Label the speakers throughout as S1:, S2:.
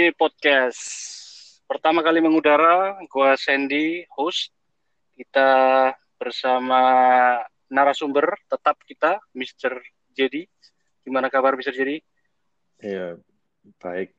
S1: Podcast. Pertama kali mengudara, gua Sandy, host. Kita bersama narasumber tetap kita, Mr. Jadi. Gimana kabar Mr. Jadi?
S2: Ya, baik.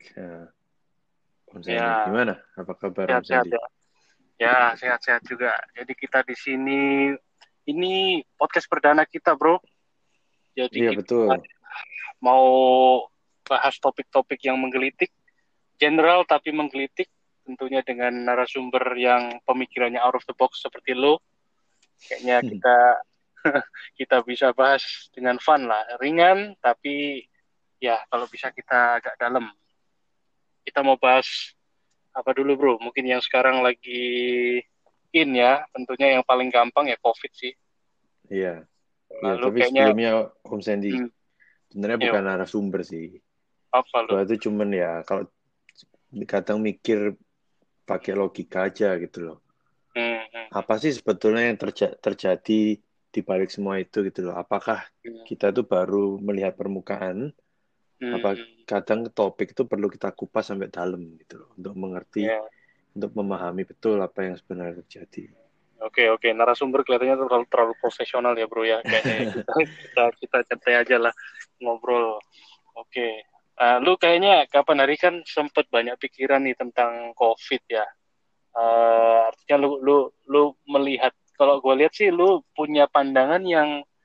S2: Om Sandy,
S1: Ya,
S2: gimana? Apa kabar Om
S1: sehat-sehat
S2: Sandy?
S1: ya. Ya, sehat-sehat juga. Jadi kita di sini, ini podcast perdana kita, bro. Jadi
S2: Iya,
S1: kita
S2: betul.
S1: mau bahas topik-topik yang menggelitik, general tapi menggelitik, tentunya dengan narasumber yang pemikirannya out of the box seperti lo. Kayaknya kita kita bisa bahas dengan fun lah, ringan tapi ya kalau bisa kita agak dalam. Kita mau bahas apa dulu bro? Mungkin yang sekarang lagi in ya, tentunya yang paling gampang ya COVID sih.
S2: Iya, iya.
S1: Lalu
S2: Tapi
S1: kayaknya,
S2: sebelumnya Om Sandy,
S1: hmm,
S2: sebenarnya bukan
S1: yo,
S2: narasumber sih.
S1: apa lo?
S2: Gua itu cuman ya, kalau kadang mikir pakai logika aja gitu loh.
S1: Hmm, hmm,
S2: Apa sih sebetulnya yang terjadi di balik semua itu gitu loh? Apakah
S1: hmm,
S2: kita tuh baru melihat permukaan?
S1: hmm,
S2: Apa
S1: hmm,
S2: kadang topik itu perlu kita kupas sampai dalam gitu loh, untuk mengerti,
S1: ya.
S2: untuk memahami betul apa yang sebenarnya terjadi.
S1: Oke, oke, narasumber kelihatannya terlalu profesional ya bro ya. Kayaknya ya kita santai aja lah ngobrol. Oke. Lu kayaknya kapan hari kan sempet banyak pikiran nih tentang COVID ya. Artinya lu melihat, kalau gue lihat sih lu punya pandangan yang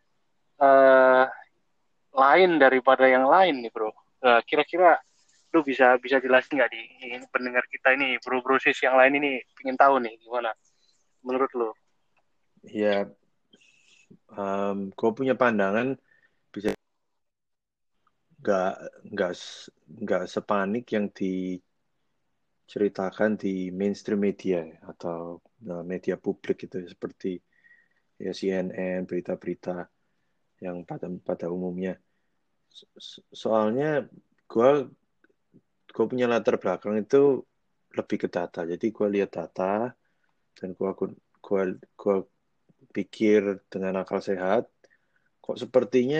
S1: eh, lain daripada yang lain nih bro. Kira-kira lu bisa bisa jelasin nggak di ini pendengar kita ini bro-bro sis yang lain ini pengen tahu nih gimana menurut lu?
S2: Ya, gue punya pandangan bisa nggak nggak nggak sepanik yang diceritakan di mainstream media ya, atau media publik itu seperti ya CNN, berita-berita yang pada pada umumnya. Soalnya gue gue punya latar belakang itu lebih ke data. Jadi gue lihat data dan gue pikir dengan akal sehat. Kok sepertinya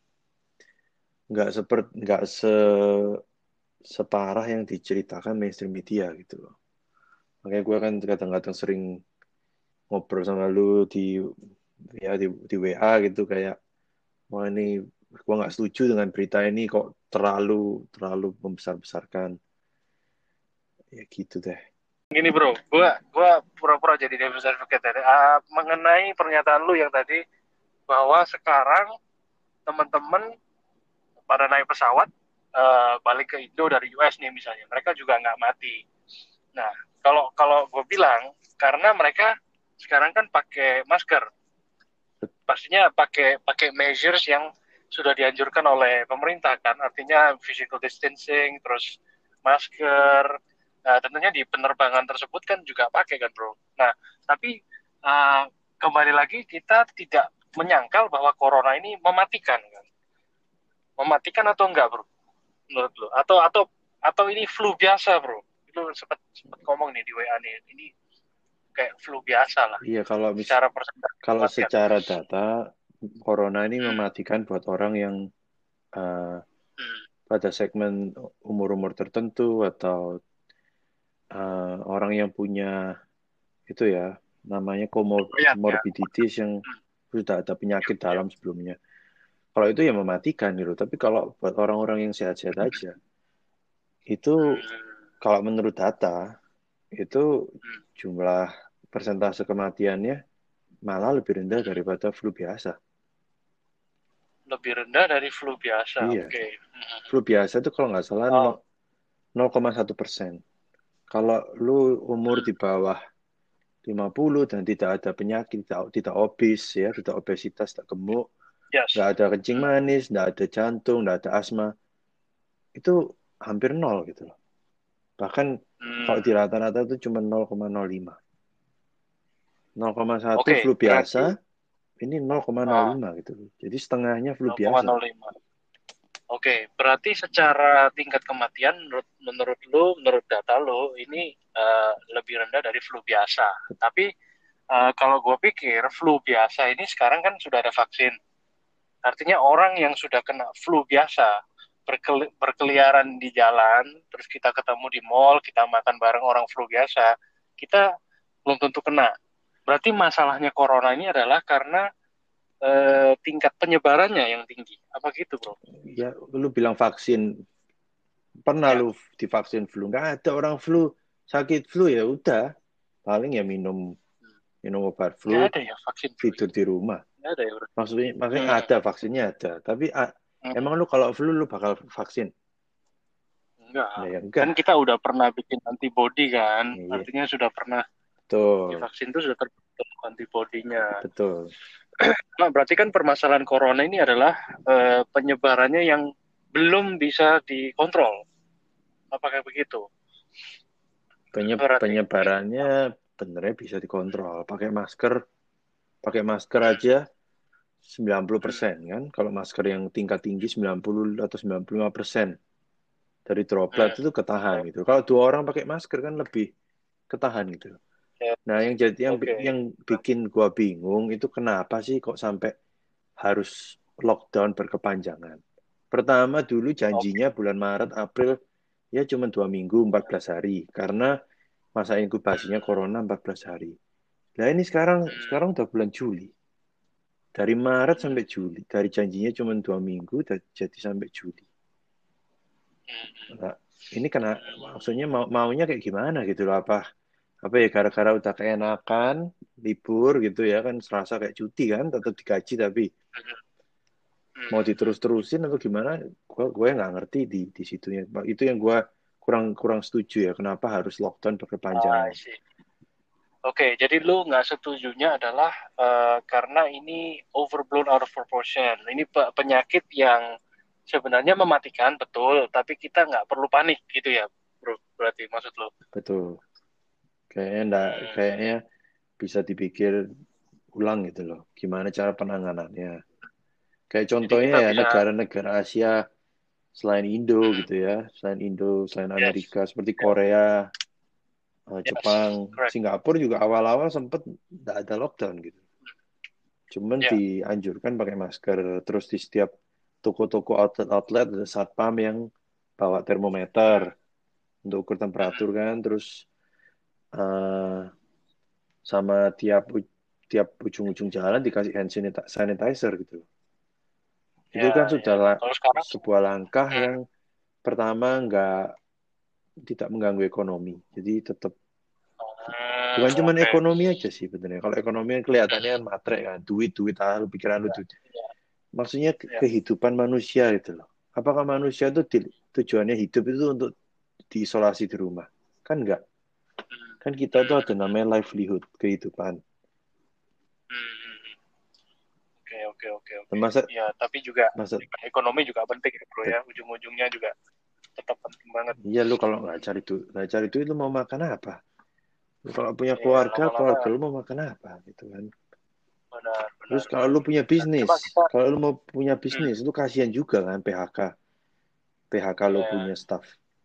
S2: nggak separah yang diceritakan mainstream media gitu loh. Makanya gue kan kadang-kadang sering ngobrol sama lu di WA gitu, kayak wah ini gue nggak setuju dengan berita ini, kok terlalu terlalu membesar-besarkan, ya gitu deh.
S1: Gini bro, gua pura-pura jadi devil's advocate tadi. Mengenai pernyataan lu yang tadi bahwa sekarang teman-teman pada naik pesawat balik ke Indo dari US nih misalnya, mereka juga nggak mati. Nah, kalau kalau gue bilang karena mereka sekarang kan pakai masker, pastinya pakai pakai measures yang sudah dianjurkan oleh pemerintah kan, artinya physical distancing, terus masker, tentunya di penerbangan tersebut kan juga pakai kan bro. Nah, tapi uh, kembali lagi kita tidak menyangkal bahwa corona ini mematikan kan, mematikan atau enggak bro? Menurut lo? Atau ini flu biasa bro? Lu sempat sempat ngomong nih di WA nih, ini kayak flu biasa lah,
S2: Iya,
S1: secara persentase
S2: kalau
S1: kematian.
S2: secara data corona ini
S1: Hmm,
S2: mematikan buat orang yang uh,
S1: hmm.
S2: pada segmen umur-umur tertentu, atau orang yang punya itu ya, namanya
S1: Riwayat ya.
S2: comorbidities, yang
S1: Hmm,
S2: sudah ada
S1: yuk,
S2: penyakit dalam
S1: yuk.
S2: sebelumnya. Kalau itu ya mematikan gitu. Tapi kalau buat orang-orang yang sehat-sehat aja, itu
S1: Hmm,
S2: kalau menurut data itu
S1: hmm,
S2: jumlah persentase kematiannya malah lebih rendah
S1: hmm.
S2: daripada flu biasa.
S1: Lebih rendah dari flu biasa.
S2: Iya,
S1: Oke. Hmm.
S2: flu biasa itu kalau nggak salah
S1: Oh,
S2: 0,1%. Kalau lu umur
S1: hmm,
S2: di bawah 50 dan tidak ada penyakit, tidak obes ya, tidak obesitas, tidak gemuk, nggak
S1: yes.
S2: ada kencing
S1: Hmm,
S2: manis, nggak ada jantung, nggak ada asma, itu hampir nol gitu loh. Bahkan kalau di
S1: hmm.
S2: rata-rata itu cuma 0,05. 0,1
S1: Oke,
S2: flu biasa,
S1: berarti
S2: ini 0,05 gitu loh. Jadi setengahnya flu biasa.
S1: 0,05. Oke, berarti secara tingkat kematian menurut lu, menurut data lu, ini lebih rendah dari flu biasa. Tapi kalau gue pikir flu biasa ini sekarang kan sudah ada vaksin. Artinya orang yang sudah kena flu biasa berkeliaran di jalan, terus kita ketemu di mall, kita makan bareng orang flu biasa, kita belum tentu kena. Berarti masalahnya corona ini adalah karena tingkat penyebarannya yang tinggi. Apa gitu, bro?
S2: Ya, lu bilang vaksin. Pernah
S1: Ya,
S2: lu divaksin flu? Nggak ada orang flu, sakit flu ya udah. Paling ya minum obat
S1: nggak
S2: flu,
S1: ada ya vaksin flu.
S2: tidur di rumah.
S1: Nggak ada ya, bro.
S2: Maksudnya
S1: Hmm,
S2: ada vaksinnya ada. Tapi
S1: hmm.
S2: emang lu kalau flu lu bakal vaksin?
S1: Enggak.
S2: Nah, ya
S1: Kan
S2: enggak.
S1: kita udah pernah bikin antibody kan.
S2: Iya,
S1: Artinya sudah pernah
S2: betul,
S1: divaksin itu sudah terbentuk antibodinya.
S2: betul.
S1: Nah, berarti kan permasalahan corona ini adalah penyebarannya yang belum bisa dikontrol. Apakah begitu? Berarti.
S2: Penyebarannya benernya bisa dikontrol. Pakai masker aja 90%
S1: Hmm,
S2: kan. Kalau masker yang tingkat tinggi 90 atau 95% dari droplet
S1: hmm,
S2: itu ketahan
S1: ya,
S2: gitu. Kalau dua orang pakai masker kan lebih ketahan gitu.
S1: ya,
S2: Nah,
S1: oke.
S2: yang bikin gua bingung itu kenapa sih kok sampai harus lockdown berkepanjangan. Pertama dulu
S1: Oke.
S2: janjinya bulan Maret, April ya cuma 2 minggu, 14 hari. Karena masa inkubasinya
S1: Hmm,
S2: corona 14 hari. Nah ini sekarang
S1: hmm,
S2: sekarang udah bulan Juli. Dari Maret
S1: hmm,
S2: sampai Juli. Dari janjinya cuma 2 minggu, jadi sampai Juli.
S1: hmm,
S2: Nah, ini kena
S1: hmm,
S2: maksudnya maunya kayak gimana gitu loh. Apa ya gara-gara udah keenakan libur gitu ya kan serasa kayak cuti kan tetap digaji tapi mau
S1: hmm.
S2: diterus-terusin atau gimana gue nggak ngerti di situnya itu yang gue kurang kurang setuju ya kenapa harus lockdown
S1: I
S2: berkepanjangan.
S1: see. Oke, jadi lu nggak setujunya adalah karena ini overblown out of proportion. Ini penyakit yang sebenarnya mematikan, betul, tapi kita nggak perlu panik gitu ya, bro. Berarti maksud lu.
S2: Betul,
S1: Hmm,
S2: kayaknya bisa dipikir ulang gitu loh gimana cara penanganannya kayak
S1: jadi
S2: contohnya
S1: kita
S2: ya
S1: bisa,
S2: negara-negara Asia selain Indo
S1: hmm,
S2: gitu ya selain
S1: yes,
S2: Amerika seperti
S1: yeah,
S2: Korea, Jepang,
S1: yes, correct.
S2: Singapura juga awal-awal sempet nggak ada lockdown gitu. Cuman
S1: Ya,
S2: dianjurkan pakai masker. Terus di setiap toko-toko outlet ada satpam yang bawa termometer untuk ukur temperatur kan. Terus eh, sama tiap ujung-ujung jalan dikasih hand sanitizer gitu. Itu
S1: ya,
S2: kan
S1: ya.
S2: sudah
S1: Kalau sekarang,
S2: sebuah langkah
S1: hmm,
S2: yang pertama nggak tidak mengganggu ekonomi. Jadi tetap bukan cuma
S1: oke.
S2: ekonomi aja sih benernya. Kalau ekonomi kan kelihatannya kan matre kan, duit lu pikiran lu duit.
S1: Ya,
S2: Maksudnya
S1: ya.
S2: kehidupan manusia itu loh. Apakah manusia itu tujuannya hidup itu untuk diisolasi di rumah? Kan enggak.
S1: Hmm,
S2: Kan kita tuh
S1: hmm,
S2: ada
S1: hmm,
S2: namanya livelihood, kehidupan.
S1: hmm. Oke, oke, oke,
S2: Dan
S1: oke. Ya, tapi juga
S2: masa
S1: ekonomi juga penting ya, bro ya. Ujung-ujungnya juga tetap penting banget.
S2: iya lu kalau nggak cari duit lu mau makan apa? Lu kalau punya
S1: Iya,
S2: keluarga
S1: lama-lama
S2: lu mau makan apa gitu kan?
S1: benar,
S2: Terus
S1: benar,
S2: kalau
S1: benar,
S2: lu punya
S1: benar.
S2: bisnis,
S1: Coba kita,
S2: kalau lu mau punya
S1: hmm,
S2: bisnis, lu kasihan juga kan PHK lu
S1: ya.
S2: punya staff.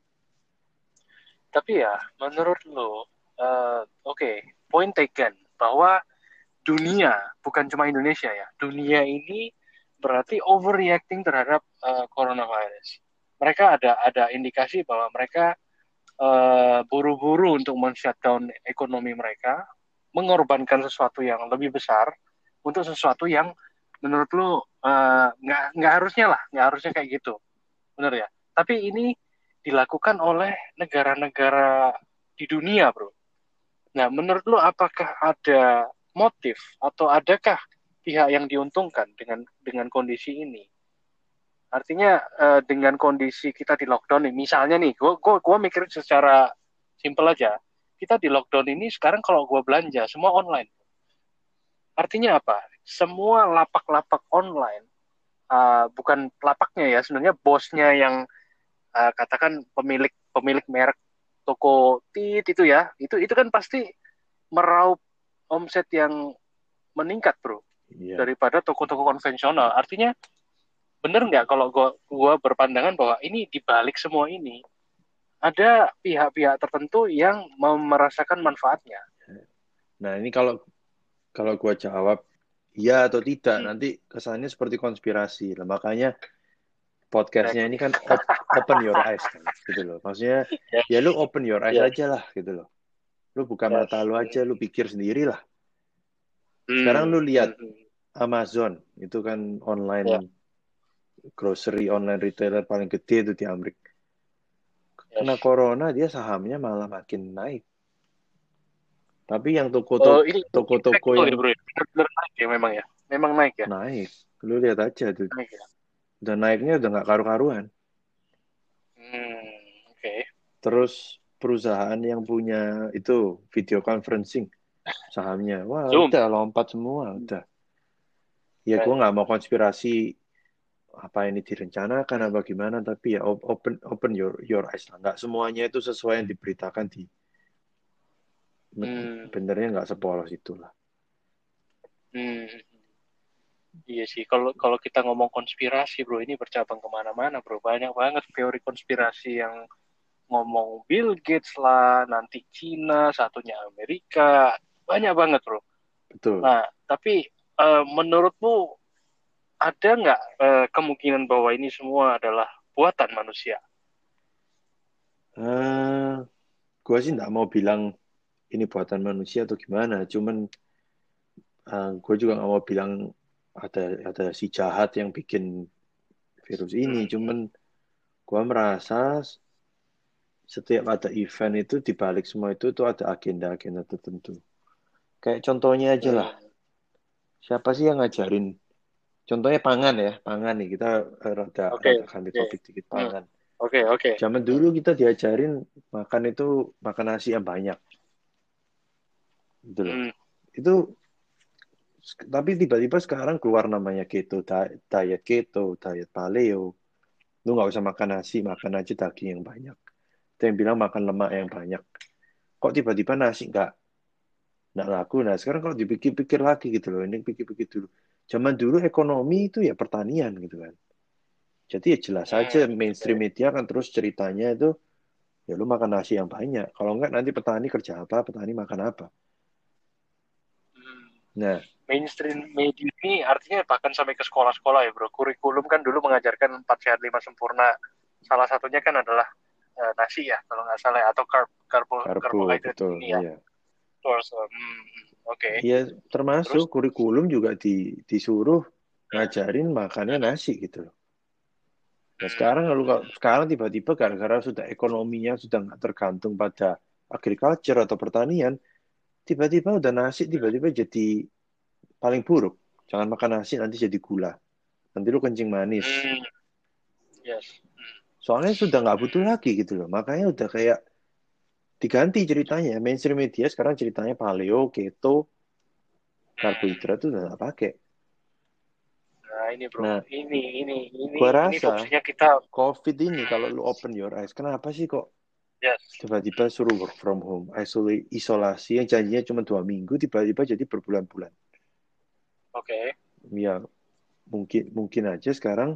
S1: Tapi ya, menurut lo, oke, point taken bahwa dunia, bukan cuma Indonesia ya, dunia ini berarti overreacting terhadap coronavirus. Mereka ada indikasi bahwa mereka buru-buru untuk men-shutdown ekonomi mereka, mengorbankan sesuatu yang lebih besar untuk sesuatu yang menurut lu nggak harusnya lah, nggak harusnya kayak gitu, bener ya. Tapi ini dilakukan oleh negara-negara di dunia, bro. Nah, menurut lu apakah ada motif atau adakah pihak yang diuntungkan dengan kondisi ini? Artinya dengan kondisi kita di lockdown nih, misalnya nih, gue mikir secara simpel aja. Kita di lockdown ini sekarang kalau gue belanja semua online. Artinya apa? Semua lapak-lapak online, bukan lapaknya ya, sebenarnya bosnya yang katakan pemilik pemilik merek toko tit itu ya, itu kan pasti meraup omset yang meningkat, bro,
S2: Iya.
S1: daripada toko-toko konvensional. Artinya bener nggak kalau gua berpandangan bahwa ini dibalik semua ini ada pihak-pihak tertentu yang mau merasakan manfaatnya.
S2: Nah, ini kalau gua jawab iya atau tidak,
S1: Hmm,
S2: nanti kesannya seperti konspirasi. Lah, makanya podcastnya ini kan open your eyes kan, gitu loh. Maksudnya
S1: Yes.
S2: ya lu open your eyes
S1: Yes.
S2: aja lah, gitu loh. Lu buka
S1: Yes.
S2: mata lu aja, lu pikir sendiri lah. Sekarang lu lihat Amazon, itu kan online grocery, online retailer paling gede itu di Amerika. Kena corona, dia sahamnya malah makin naik. Tapi yang
S1: Ini
S2: toko-toko
S1: impactful
S2: yang
S1: ya bro, benar naik ya memang ya, memang naik ya.
S2: naik, lu lihat aja tuh.
S1: Naik ya.
S2: Udah naiknya udah nggak karu-karuan.
S1: Oke.
S2: Terus perusahaan yang punya itu video conferencing sahamnya, wah
S1: Zoom.
S2: udah lompat semua, udah. Ya gue nggak mau konspirasi apa ini direncanakan apa gimana, tapi ya open your eyes lah. Nggak semuanya itu sesuai yang diberitakan di benernya nggak sepolos itulah.
S1: Iya sih, kalau kita ngomong konspirasi bro, ini bercabang kemana-mana bro, banyak banget teori konspirasi yang ngomong Bill Gates lah, nanti Cina, satunya Amerika, banyak banget bro.
S2: Betul.
S1: Nah, tapi menurutmu ada nggak kemungkinan bahwa ini semua adalah buatan manusia?
S2: Gue sih nggak mau bilang ini buatan manusia atau gimana, cuman gue juga nggak mau bilang ada si jahat yang bikin virus ini, cuman gue merasa setiap ada event itu dibalik semua itu tuh ada agenda-agenda tertentu. Kayak contohnya aja lah, siapa sih yang ngajarin? Contohnya pangan ya, pangan nih kita rada ganti topik dikit pangan.
S1: Oke.
S2: Zaman dulu kita diajarin makan nasi yang banyak, gitu loh. Itu tapi tiba-tiba sekarang keluar namanya keto, diet paleo. Lu nggak usah makan nasi, makan aja daging yang banyak. Ada yang bilang makan lemak yang banyak. Kok tiba-tiba nasi nggak laku? Nah sekarang kalau dipikir-pikir lagi gitu loh, ini pikir-pikir dulu. Zaman dulu ekonomi itu ya pertanian gitu kan. Jadi ya jelas aja mainstream media kan terus ceritanya itu ya lu makan nasi yang banyak. Kalau nggak nanti petani kerja apa, petani makan apa. Nah,
S1: mainstream media ini artinya bahkan sampai ke sekolah-sekolah ya bro. Kurikulum kan dulu mengajarkan 4 sehat 5 sempurna. Salah satunya kan adalah nasi ya kalau nggak salah, atau karbohidrat
S2: betul,
S1: ini ya.
S2: iya.
S1: Oke.
S2: Iya, termasuk kurikulum juga disuruh ngajarin makannya nasi gitu loh. Nah sekarang tiba-tiba gara-gara sudah ekonominya sudah nggak tergantung pada agriculture atau pertanian, tiba-tiba udah nasi tiba-tiba jadi paling buruk. Jangan makan nasi nanti jadi gula. Nanti lu kencing manis.
S1: Yes.
S2: Soalnya sudah nggak butuh lagi gitu loh. Makanya udah kayak diganti ceritanya. Mainstream media sekarang ceritanya paleo, keto, karbohidrat itu udah nggak pakai.
S1: Nah ini bro,
S2: Nah,
S1: ini
S2: gua rasa
S1: fungsinya kita.
S2: COVID ini kalau lu open your eyes, kenapa sih kok
S1: Yes.
S2: tiba-tiba suruh work from home, isolasi yang janjinya cuma 2 minggu, tiba-tiba jadi berbulan-bulan.
S1: Oke.
S2: Ya mungkin aja sekarang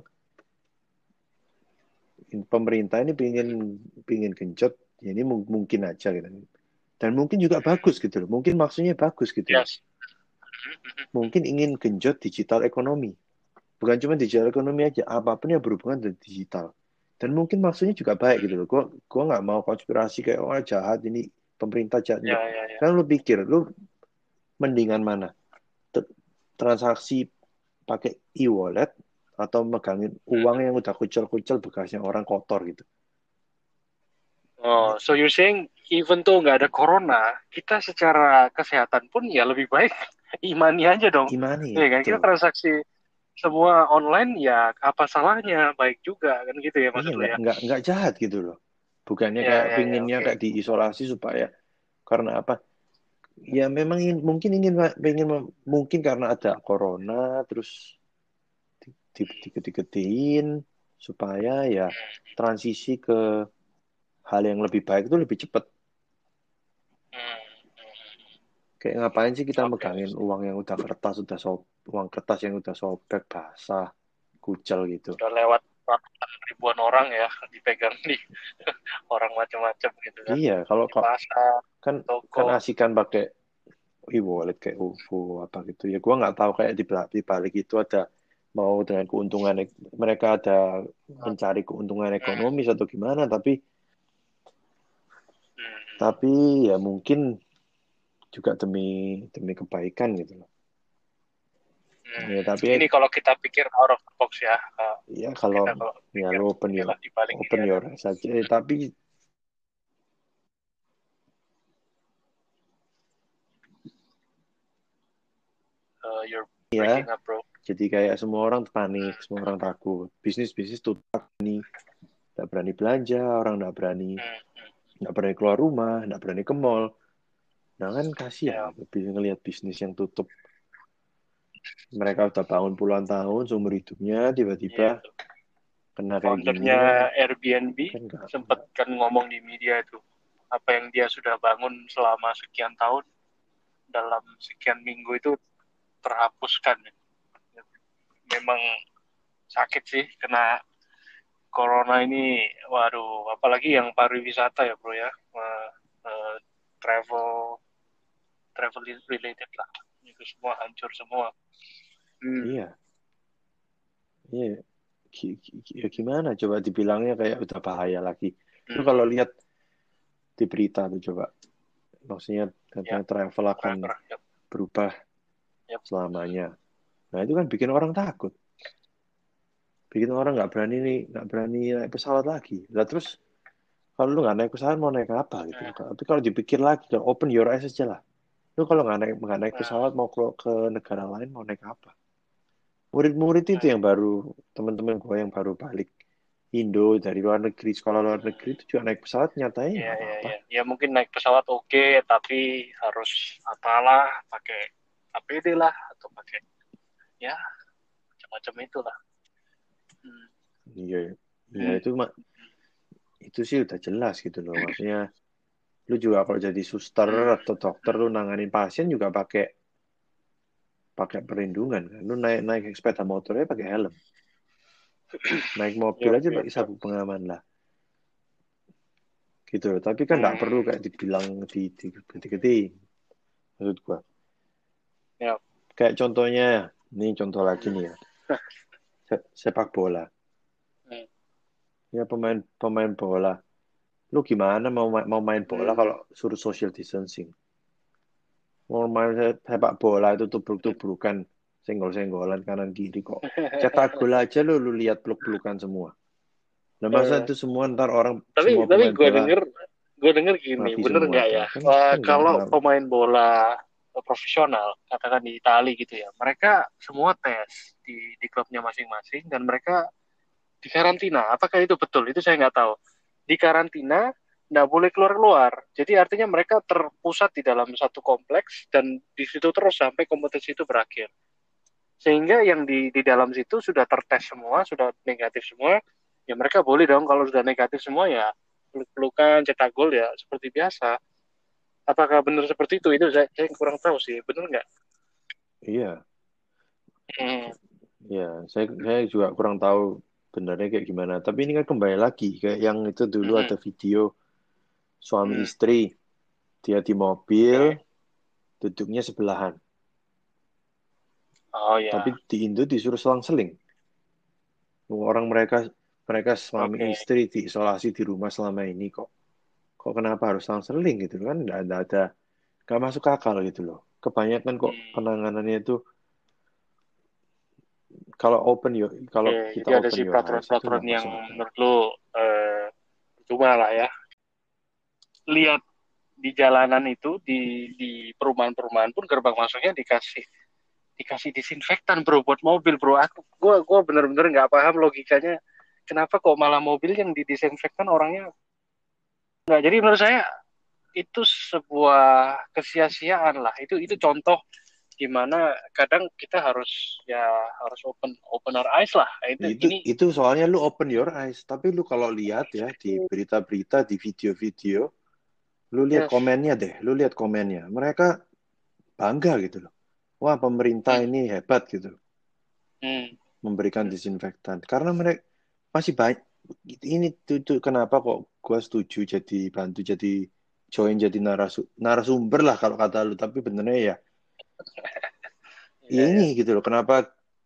S2: pemerintah ini pingin genjot, ya ini mungkin aja gitu. Dan mungkin juga bagus gitu loh. Mungkin maksudnya bagus gitu loh.
S1: Yes.
S2: Mungkin ingin genjot digital ekonomi. Bukan cuma digital ekonomi aja, apapun yang berhubungan dengan digital. Dan mungkin maksudnya juga baik gitu loh. Gue nggak mau konspirasi kayak jahat ini pemerintah jahat.
S1: Ya.
S2: Kan lu pikir, lu mendingan mana? Transaksi pakai e-wallet atau megangin uang yang udah kucel-kucel bekasnya orang kotor gitu.
S1: Oh, so you're saying even tuh nggak ada corona, kita secara kesehatan pun ya lebih baik imani aja dong.
S2: Imani,
S1: Iya kan, kita
S2: betul.
S1: transaksi semua online ya apa salahnya, baik juga kan gitu ya maksud
S2: Iya,
S1: lu ya.
S2: nggak jahat gitu loh. Bukannya
S1: Ya,
S2: kayak pinginnya
S1: oke.
S2: kayak diisolasi supaya karena apa? Ya memang mungkin karena ada corona terus diketin supaya ya transisi ke hal yang lebih baik itu lebih cepat. Kayak ngapain sih kita megangin uang yang udah kertas, uang kertas yang udah sobek, basah, kucel gitu.
S1: Udah lewat ribuan orang ya dipegang di orang macam-macam gitu kan.
S2: Iya, kalau
S1: Di pasar,
S2: kan
S1: toko.
S2: asikan pakai e-wallet kayak OVO apa gitu ya. Gua nggak tahu kayak di balik itu ada mau dengan keuntungan mereka ada mencari keuntungan ekonomis atau gimana, tapi ya mungkin juga demi kebaikan gitu loh. Ya tapi
S1: Ini kalau kita pikir out of the box ya,
S2: ya kalau
S1: kita kalau
S2: ya
S1: pikir
S2: lo
S1: di balik ini
S2: open
S1: ada
S2: your eyes saja. Tapi
S1: you're
S2: ya
S1: breaking up, bro.
S2: jadi kayak semua orang panik, semua orang takut. Bisnis tutup nih, nggak berani belanja, orang nggak berani keluar rumah, nggak berani ke mall. Nah kan kasihan
S1: Ya,
S2: gitu, ngelihat bisnis yang tutup. Mereka udah bangun puluhan tahun seumur hidupnya,
S1: ya
S2: tiba-tiba
S1: itu.
S2: kena kayak gini
S1: Foundernya Airbnb
S2: kan
S1: sempat kan ngomong di media itu apa yang dia sudah bangun selama sekian tahun dalam sekian minggu itu terhapuskan. Memang sakit sih kena corona ini. Waduh, apalagi yang pariwisata ya bro ya, eh, travel travel related lah, itu semua hancur semua.
S2: iya, iya. Ya gimana coba dibilangnya kayak udah bahaya lagi. Lu kalau
S1: Hmm,
S2: lihat di berita tuh coba, maksudnya
S1: ya
S2: katanya travel akan
S1: forever. Yep,
S2: berubah
S1: yep.
S2: selamanya. Nah itu kan bikin orang takut, bikin orang nggak berani naik pesawat lagi. Lah terus kalau lu nggak naik pesawat mau naik apa gitu loh.
S1: Hmm,
S2: Tapi kalau dipikir lagi, open your eyes aja lah. Lu kalau nggak naik pesawat
S1: hmm,
S2: mau ke negara lain mau naik apa? Murid-murid itu
S1: hmm.
S2: yang baru, teman-teman gue yang baru balik Indo dari luar negeri, sekolah luar negeri itu juga naik pesawat nyatanya
S1: Ya,
S2: nggak
S1: ya,
S2: apa-apa.
S1: ya. Ya mungkin naik pesawat oke, tapi harus apalah, pakai APD lah, atau pakai ya macam-macam itulah. Hmm.
S2: Iya, iya
S1: Hmm.
S2: itu sih udah jelas gitu loh. Maksudnya lu juga kalau jadi suster
S1: Hmm.
S2: atau dokter lu nanganin pasien juga pakai pakai perlindungan kan. Lu naik naik sepeda motornya pakai helm. Naik mobil
S1: Yep,
S2: aja
S1: yep,
S2: pakai
S1: yep.
S2: sabuk pengaman lah. Gitu loh. Tapi kan nggak perlu
S1: Hmm.
S2: kayak dibilang di maksud gua.
S1: Yep.
S2: Kayak contohnya, ini contoh lagi nih ya, sepak bola.
S1: Hmm.
S2: Ya pemain pemain bola. Lu gimana mau main bola
S1: Hmm.
S2: kalau suruh social distancing? Mau main sepak bola itu tubruk-tubrukan, senggol-senggolan kanan kiri kok. Cetak gol aja lu lihat peluk-pelukan semua. Nah masa
S1: Eh,
S2: itu semua ntar orang semua
S1: tapi
S2: pemain
S1: gue
S2: bola
S1: denger gini,
S2: mati
S1: bener
S2: semua
S1: nggak
S2: tuh.
S1: ya?
S2: Kan nggak
S1: Kalau
S2: kenapa.
S1: pemain bola profesional, katakan di Itali gitu ya, mereka semua tes di klubnya masing-masing dan mereka di karantina. Apakah itu betul? Itu saya nggak tahu. Di karantina, nggak boleh keluar-keluar. Jadi artinya mereka terpusat di dalam satu kompleks dan di situ terus sampai kompetisi itu berakhir. Sehingga yang di dalam situ sudah tertes semua, sudah negatif semua, ya mereka boleh dong kalau sudah negatif semua ya peluk-pelukan, cetak gol ya seperti biasa. Apakah benar seperti itu? Itu saya kurang tahu sih. Benar nggak?
S2: Iya,
S1: Hmm.
S2: iya. Saya juga kurang tahu benernya kayak gimana. Tapi ini kan kembali lagi kayak yang itu dulu
S1: Hmm.
S2: ada video suami
S1: Hmm.
S2: istri dia di mobil
S1: Oke.
S2: duduknya sebelahan.
S1: Oh
S2: Tapi
S1: ya.
S2: di Indo disuruh selang-seling. Orang mereka mereka suami
S1: Oke.
S2: istri diisolasi di rumah selama ini kok kenapa harus selang-seling gitu kan nggak ada nggak masuk akal gitu loh. Kebanyakan kok
S1: Hmm.
S2: penanganannya itu kalau kalau
S1: Oke.
S2: kita
S1: Jadi ada
S2: open
S1: sih
S2: your eyes itu
S1: peraturan-peraturan
S2: nggak
S1: yang
S2: masuk akal.
S1: menurut lu cuma lah ya. Lihat di jalanan itu di perumahan-perumahan pun gerbang masuknya dikasih dikasih disinfektan bro buat mobil bro. Gua bener-bener nggak paham logikanya kenapa kok malah mobil yang didisinfektan orangnya nggak. Jadi menurut saya itu sebuah kesia-siaan lah. Itu contoh gimana kadang kita harus ya harus open our eyes lah. Nah, itu
S2: Itu
S1: ini
S2: itu soalnya lu open your eyes, tapi lu kalau lihat ya di berita-berita, di video-video, lu lihat
S1: yes.
S2: komennya deh, lu lihat komennya. Mereka bangga gitu loh. Wah, pemerintah
S1: Hmm,
S2: ini hebat gitu,
S1: hmm,
S2: memberikan disinfektan. Karena mereka masih banyak. Ini tuh kenapa kok gua setuju jadi bantu jadi join jadi narasumber lah kalau kata lu. Tapi benernya ya
S1: ya,
S2: ini
S1: ya.
S2: gitu loh. Kenapa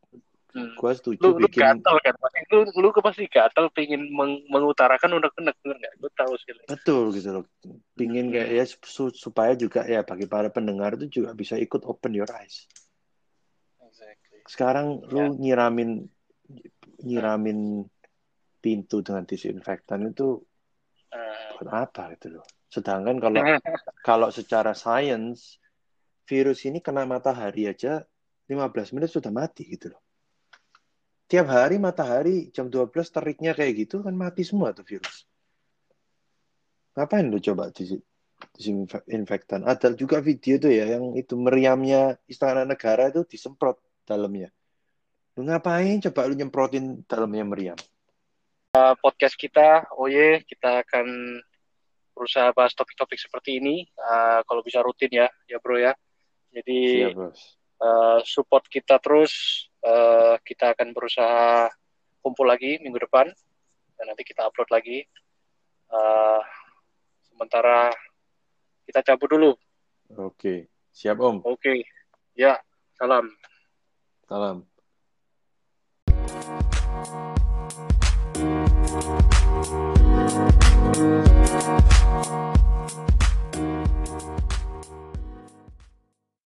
S2: Gua
S1: Lu
S2: setuju
S1: lu
S2: bikin.
S1: gatel kan? Pasti lu pasti gatel pingin mengutarakan unek-unek bener nggak? Gue tahu sih.
S2: Betul gitu loh. Pingin kayak
S1: Hmm,
S2: ya supaya juga ya bagi para pendengar itu juga bisa ikut open your eyes.
S1: exactly.
S2: Sekarang lu
S1: Ya.
S2: nyiramin
S1: Nah,
S2: nyiramin pintu dengan disinfektan itu
S1: nah.
S2: buat apa gitu loh. Sedangkan kalau kalau secara sains virus ini kena matahari aja 15 menit sudah mati gitu loh. Tiap hari matahari jam 12 teriknya kayak gitu kan mati semua tuh virus. Ngapain lu coba disinfektan? Ada juga video tuh ya yang itu meriamnya Istana Negara itu disemprot dalamnya. Lu ngapain coba lu nyemprotin dalamnya meriam?
S1: Podcast kita, oh ye, kita akan berusaha bahas topik-topik seperti ini. Kalau bisa rutin ya, ya bro ya. Jadi
S2: Siap, Bos.
S1: support kita terus. Kita akan berusaha kumpul lagi minggu depan dan nanti kita upload lagi. Uh, Sementara kita cabut dulu.
S2: Oke. Siap, Om.
S1: Oke, ya, salam.
S2: Salam.